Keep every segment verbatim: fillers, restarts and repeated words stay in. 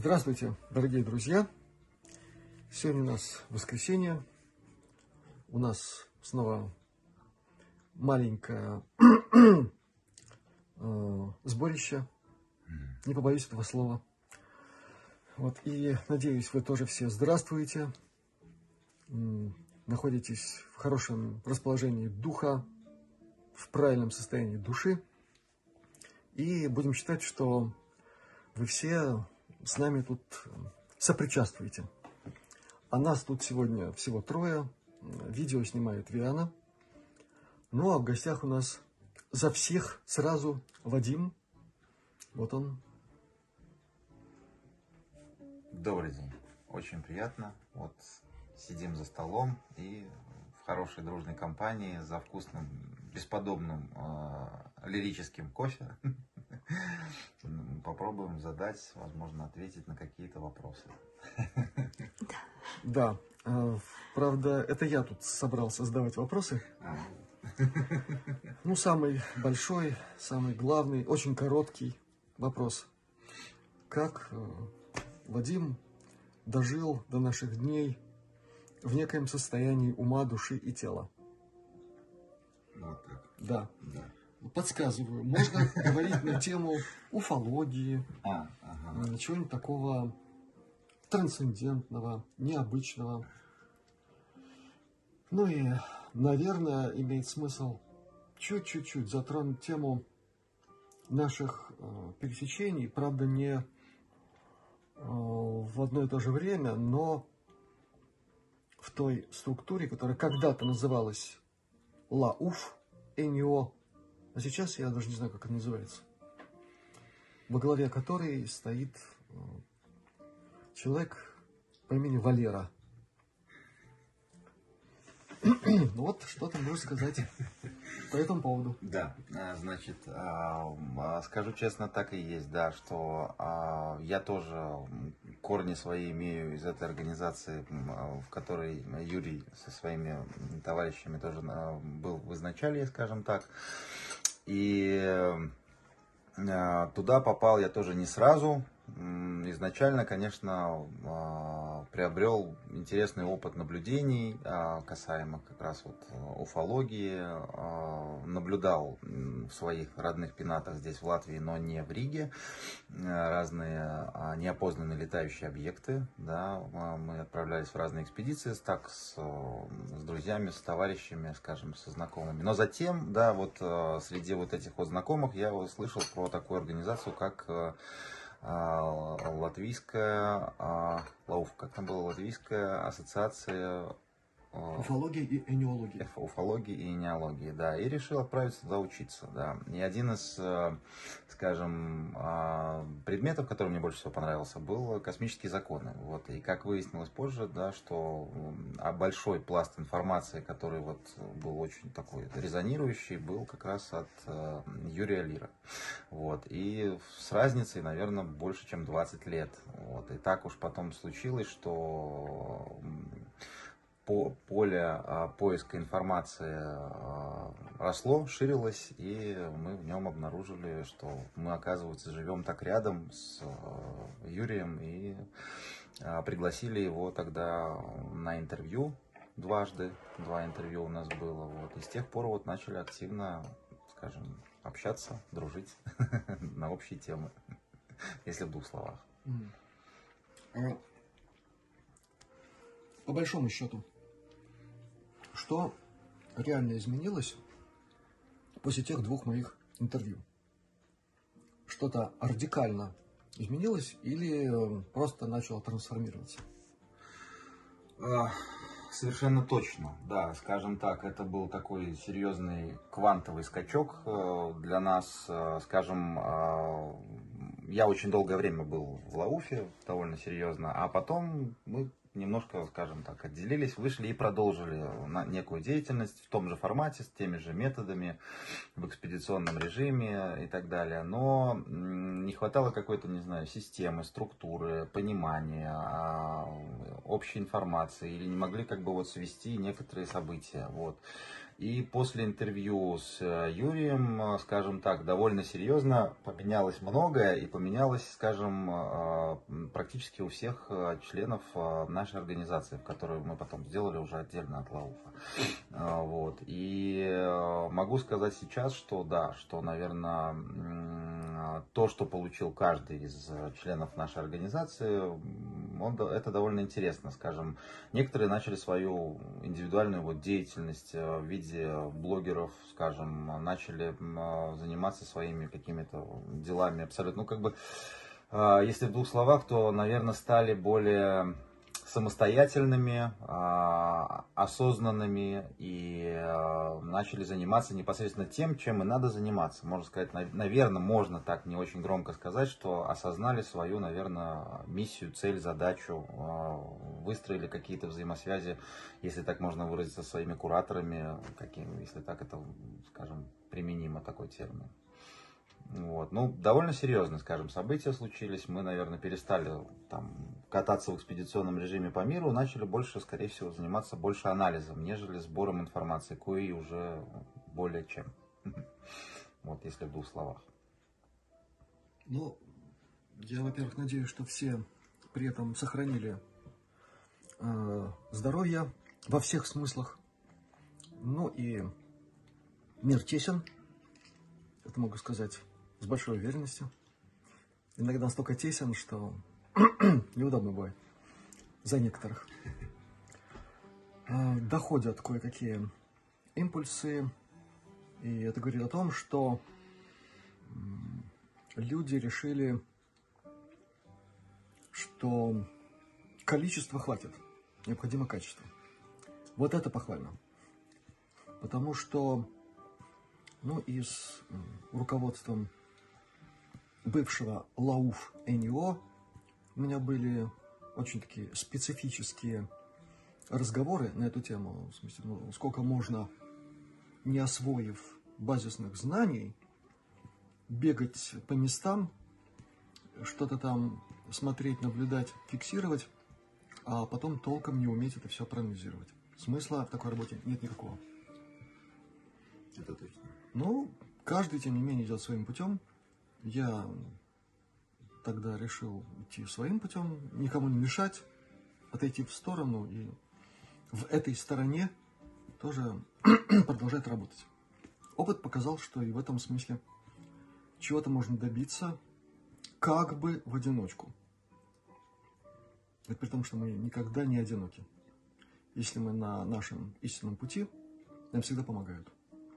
Здравствуйте, дорогие друзья! Сегодня у нас воскресенье. У нас снова маленькое э, сборище. Не побоюсь этого слова. Вот, и надеюсь, вы тоже все здравствуете. Находитесь в хорошем расположении духа, в правильном состоянии души. И будем считать, что вы все с нами тут сопричастствуете. А нас тут сегодня всего трое. Видео снимает Виана. Ну а в гостях у нас за всех сразу Вадим. Вот он. Добрый день. Очень приятно. Вот сидим за столом и в хорошей дружной компании за вкусным, бесподобным э, лирическим кофе. Попробуем задать, возможно, ответить на какие-то вопросы. Да, правда, это я тут собрался задавать вопросы. Ну, самый большой, самый главный, очень короткий вопрос. Как Вадим дожил до наших дней в некоем состоянии ума, души и тела? Вот так. Да. Да. Подсказываю, можно говорить на тему уфологии, а, ага. чего-нибудь такого трансцендентного, необычного. Ну и, наверное, имеет смысл чуть-чуть затронуть тему наших э, пересечений, правда, не э, в одно и то же время, но в той структуре, которая когда-то называлась Лауф, Энио, а сейчас я даже не знаю, как это называется, во главе которой стоит э, человек по имени Валера. Вот что ты можешь сказать по этому поводу. Да, значит, скажу честно, так и есть, да, что я тоже корни свои имею из этой организации, в которой Юрий со своими товарищами тоже был в изначале, скажем так. И туда попал я тоже не сразу. Изначально, конечно, приобрел интересный опыт наблюдений касаемо как раз вот уфологии. Наблюдал в своих родных пенатах здесь, в Латвии, но не в Риге, разные неопознанные летающие объекты. Да. Мы отправлялись в разные экспедиции, так с, с друзьями, с товарищами, скажем, со знакомыми. Но затем, да, вот среди вот этих вот знакомых я услышал про такую организацию, как Латвийская, Лауф, как там было, Латвийская ассоциация уфологии и энеологии. Уфологии и энеологии, да, и решил отправиться туда учиться, да. И один из, скажем, предметов, который мне больше всего понравился, был космические законы, вот. И как выяснилось позже, да, что большой пласт информации, который вот был очень такой резонирующий, был как раз от Юрия Лира, вот. И с разницей, наверное, больше, чем двадцать лет, вот. И так уж потом случилось, что По, поле а, поиска информации а, росло, ширилось, и мы в нем обнаружили, что мы, оказывается, живем так рядом с а, Юрием, и а, пригласили его тогда на интервью дважды, два интервью у нас было, вот, и с тех пор вот начали активно, скажем, общаться, дружить на общие темы, если в двух словах. По большому счету, что реально изменилось после тех двух моих интервью? Что-то радикально изменилось или просто начало трансформироваться? Совершенно точно, да, скажем так, это был такой серьезный квантовый скачок для нас, скажем, я очень долгое время был в Лауфе, довольно серьезно, а потом мы немножко, скажем так, отделились, вышли и продолжили некую деятельность в том же формате, с теми же методами, в экспедиционном режиме и так далее. Но не хватало какой-то, не знаю, системы, структуры, понимания, общей информации, или не могли как бы вот свести некоторые события. Вот. И после интервью с Юрием, скажем так, довольно серьезно поменялось многое, и поменялось, скажем, практически у всех членов нашей организации, в которую мы потом сделали уже отдельно от Лауфа. Вот. И могу сказать сейчас, что да, что, наверное, то, что получил каждый из членов нашей организации, он, это довольно интересно, скажем. Некоторые начали свою индивидуальную вот деятельность в виде блогеров, скажем, начали заниматься своими какими-то делами абсолютно, ну, как бы, если в двух словах, то, наверное, стали более самостоятельными, осознанными и начали заниматься непосредственно тем, чем и надо заниматься. Можно сказать, наверное, можно так не очень громко сказать, что осознали свою, наверное, миссию, цель, задачу, выстроили какие-то взаимосвязи, если так можно выразиться, со своими кураторами, каким, если так это, скажем, применимо такой термин. Вот. Ну, довольно серьезные, скажем, события случились. Мы, наверное, перестали там кататься в экспедиционном режиме по миру, начали больше, скорее всего, заниматься больше анализом, нежели сбором информации, кое уже более чем. Вот, если в двух словах. Ну, я, во-первых, надеюсь, что все при этом сохранили э, здоровье во всех смыслах. Ну и мир тесен, это могу сказать с большой уверенностью. Иногда настолько тесен, что неудобно бывает за некоторых. Доходят кое-какие импульсы, и это говорит о том, что люди решили, что количество хватит, необходимо качество. Вот это похвально. Потому что, ну, и с руководством бывшего Лауф эн и о у меня были очень такие специфические разговоры на эту тему. В смысле, ну, сколько можно, не освоив базисных знаний, бегать по местам, что-то там смотреть, наблюдать, фиксировать, а потом толком не уметь это все проанализировать. Смысла в такой работе нет никакого. Это точно. Ну, каждый, тем не менее, идет своим путем. Я тогда решил идти своим путем, никому не мешать, отойти в сторону и в этой стороне тоже продолжать работать. Опыт показал, что и в этом смысле чего-то можно добиться как бы в одиночку. Это при том, что мы никогда не одиноки. Если мы на нашем истинном пути, нам всегда помогают.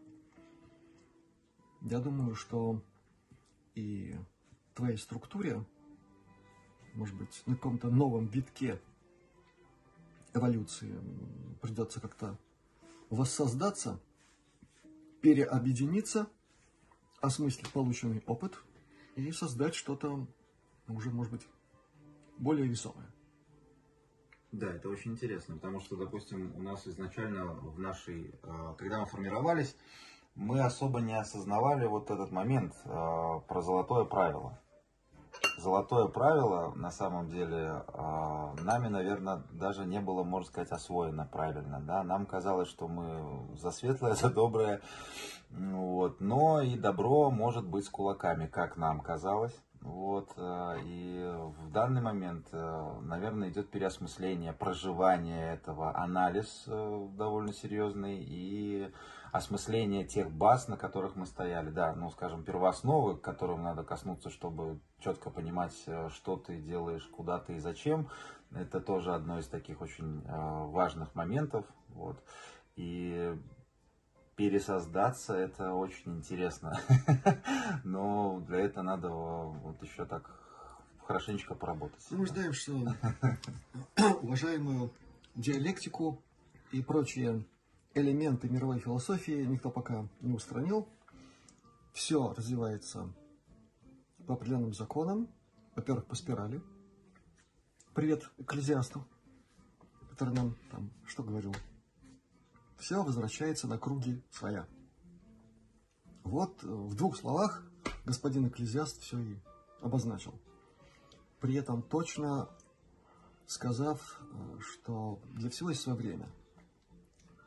Я думаю, что и твоей структуре, может быть, на каком-то новом витке эволюции придется как-то воссоздаться, переобъединиться, осмыслить полученный опыт и создать что-то уже, может быть, более весомое. Да, это очень интересно, потому что, допустим, у нас изначально в нашей, когда мы формировались, мы особо не осознавали вот этот момент э, про золотое правило. Золотое правило, на самом деле, э, нами, наверное, даже не было, можно сказать, освоено правильно. Да? Нам казалось, что мы за светлое, за доброе, вот. Но и добро может быть с кулаками, как нам казалось. Вот. Э, и в данный момент, э, наверное, идет переосмысление, проживание этого, анализ э, довольно серьезный и осмысление тех баз, на которых мы стояли, да, ну, скажем, первоосновы, к которым надо коснуться, чтобы четко понимать, что ты делаешь, куда ты и зачем. Это тоже одно из таких очень э, важных моментов, вот. И пересоздаться это очень интересно, но для этого надо вот еще так хорошенечко поработать. Мы знаем, что уважаемую диалектику и прочие элементы мировой философии никто пока не устранил. Все развивается по определенным законам. Во-первых, по спирали. Привет экклезиасту, который нам там что говорил. Все возвращается на круги своя. Вот в двух словах господин экклезиаст все и обозначил. При этом точно сказав, что для всего есть свое время.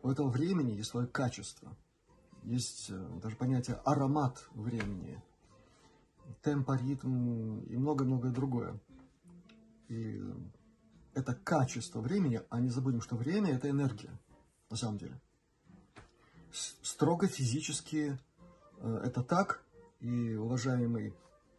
у этого времени есть свое качество. Есть даже понятие аромат времени, темпоритм и многое-многое другое. И это качество времени, а не забудем, что время – это энергия, на самом деле. Строго физически это так, и уважаемый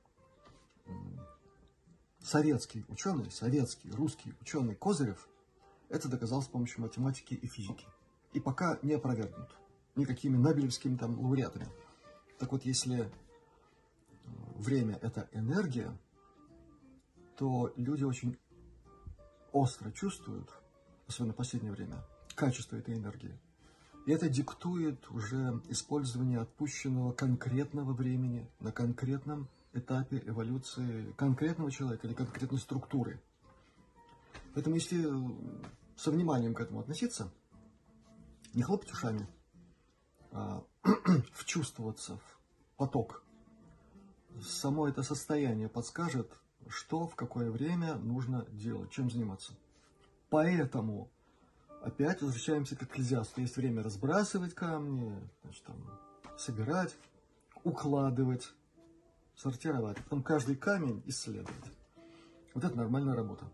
советский ученый, советский, русский ученый Козырев это доказал с помощью математики и физики. И пока не опровергнут никакими нобелевскими там лауреатами. Так вот, если время – это энергия, то люди очень остро чувствуют, особенно в последнее время, качество этой энергии. И это диктует уже использование отпущенного конкретного времени на конкретном этапе эволюции конкретного человека или конкретной структуры. Поэтому если со вниманием к этому относиться, не хлопать ушами, а вчувствоваться в поток, само это состояние подскажет, что в какое время нужно делать, чем заниматься. Поэтому опять возвращаемся к экклезиасту. Есть время разбрасывать камни, значит, там, собирать, укладывать, сортировать. Потом каждый камень исследовать. Вот это нормальная работа.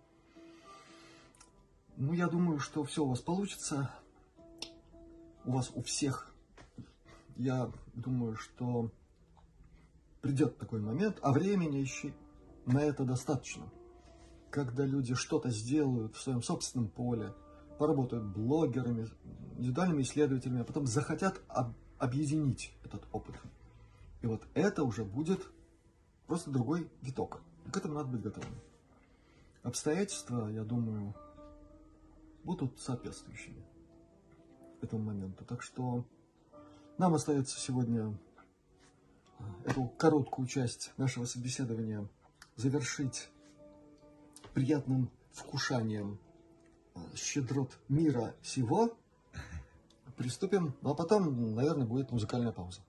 Ну, я думаю, что все у вас получится. У вас у всех. Я думаю, что придет такой момент, а времени еще на это достаточно. Когда люди что-то сделают в своем собственном поле, поработают блогерами, индивидуальными исследователями, а потом захотят об, объединить этот опыт. И вот это уже будет просто другой виток. И к этому надо быть готовым. Обстоятельства, я думаю, будут соответствующими этому моменту. Так что нам остается сегодня эту короткую часть нашего собеседования завершить приятным вкушанием щедрот мира сего. Приступим, ну, а потом, наверное, будет музыкальная пауза.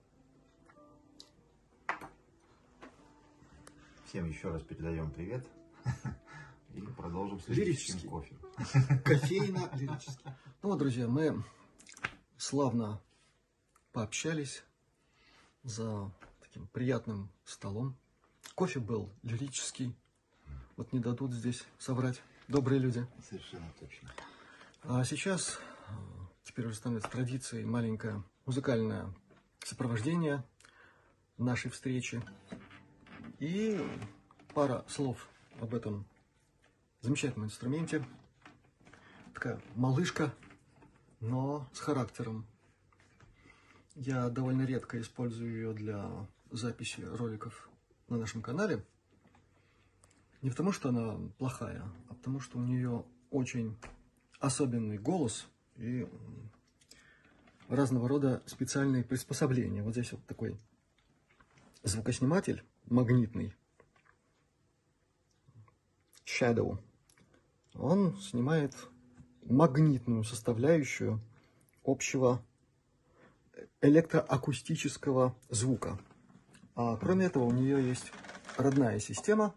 Всем еще раз передаем привет и продолжим с лирическим кофе. Кофейно-лирический. Ну вот, друзья, мы славно пообщались за таким приятным столом. Кофе был лирический. Вот не дадут здесь соврать добрые люди. Совершенно точно. А сейчас, теперь уже становится традицией, маленькое музыкальное сопровождение нашей встречи. И пара слов об этом замечательном инструменте. Такая малышка, но с характером. Я довольно редко использую ее для записи роликов на нашем канале. Не потому, что она плохая, а потому, что у нее очень особенный голос и разного рода специальные приспособления. Вот здесь вот такой звукосниматель магнитный. Shadow. Он снимает магнитную составляющую общего электроакустического звука. А кроме этого у нее есть родная система.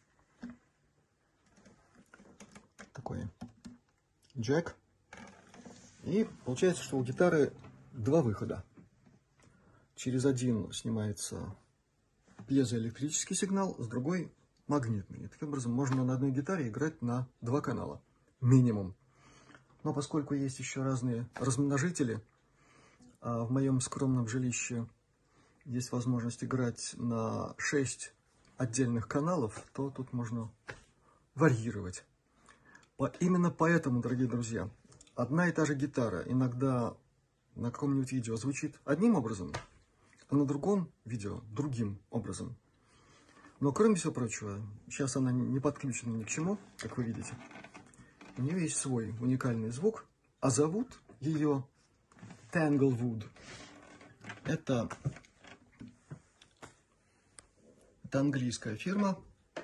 Такой джек. И получается, что у гитары два выхода. Через один снимается пьезоэлектрический сигнал, с другой магнитный. И таким образом можно на одной гитаре играть на два канала. Минимум. Но поскольку есть еще разные размножители, а в моем скромном жилище есть возможность играть на шесть отдельных каналов, то тут можно варьировать. Именно поэтому, дорогие друзья, одна и та же гитара иногда на каком-нибудь видео звучит одним образом, а на другом видео другим образом. Но кроме всего прочего, сейчас она не подключена ни к чему, как вы видите. У нее есть свой уникальный звук, а зовут ее Tanglewood. Это, это английская фирма.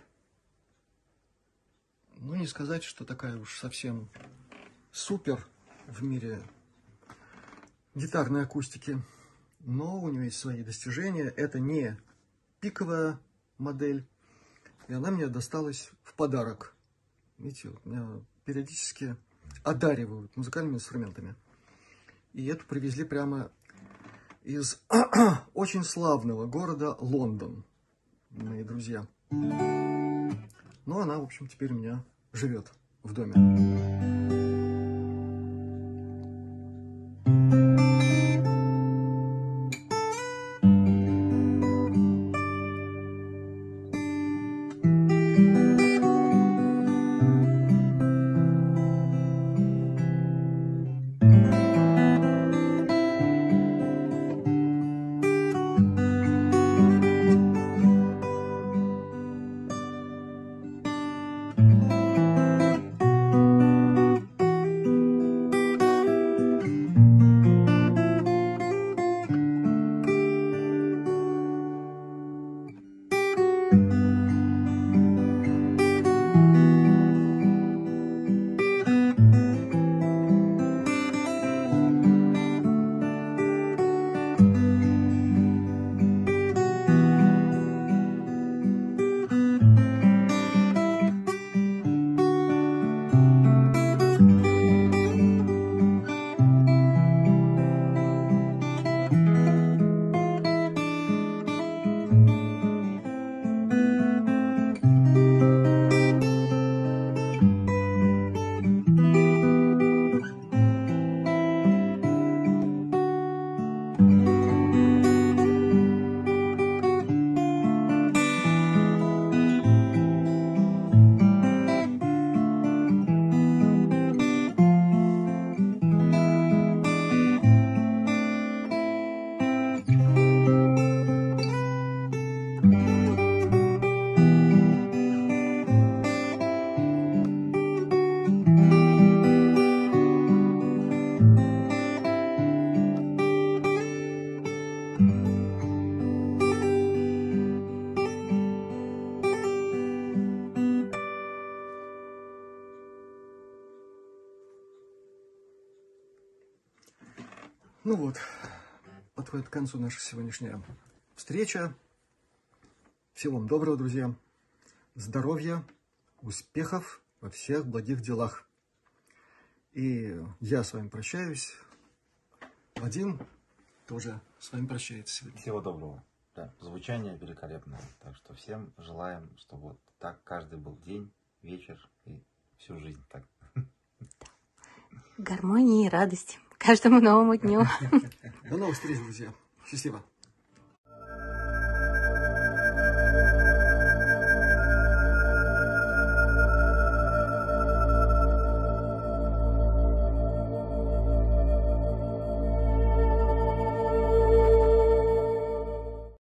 Ну, не сказать, что такая уж совсем супер в мире гитарной акустики. Но у нее есть свои достижения. Это не пиковая модель. И она мне досталась в подарок. Видите, меня периодически одаривают музыкальными инструментами. И эту привезли прямо из очень славного города Лондон, мои друзья. Но она, в общем, теперь у меня живет в доме. Ну вот, подходит к концу наша сегодняшняя встреча. Всего вам доброго, друзья. Здоровья, успехов во всех благих делах. И я с вами прощаюсь. Вадим тоже с вами прощается сегодня. Всего доброго. Да, звучание великолепное. Так что всем желаем, чтобы вот так каждый был день, вечер и всю жизнь так. Гармонии и радости каждому новому дню. До новых встреч, друзья. Счастливо.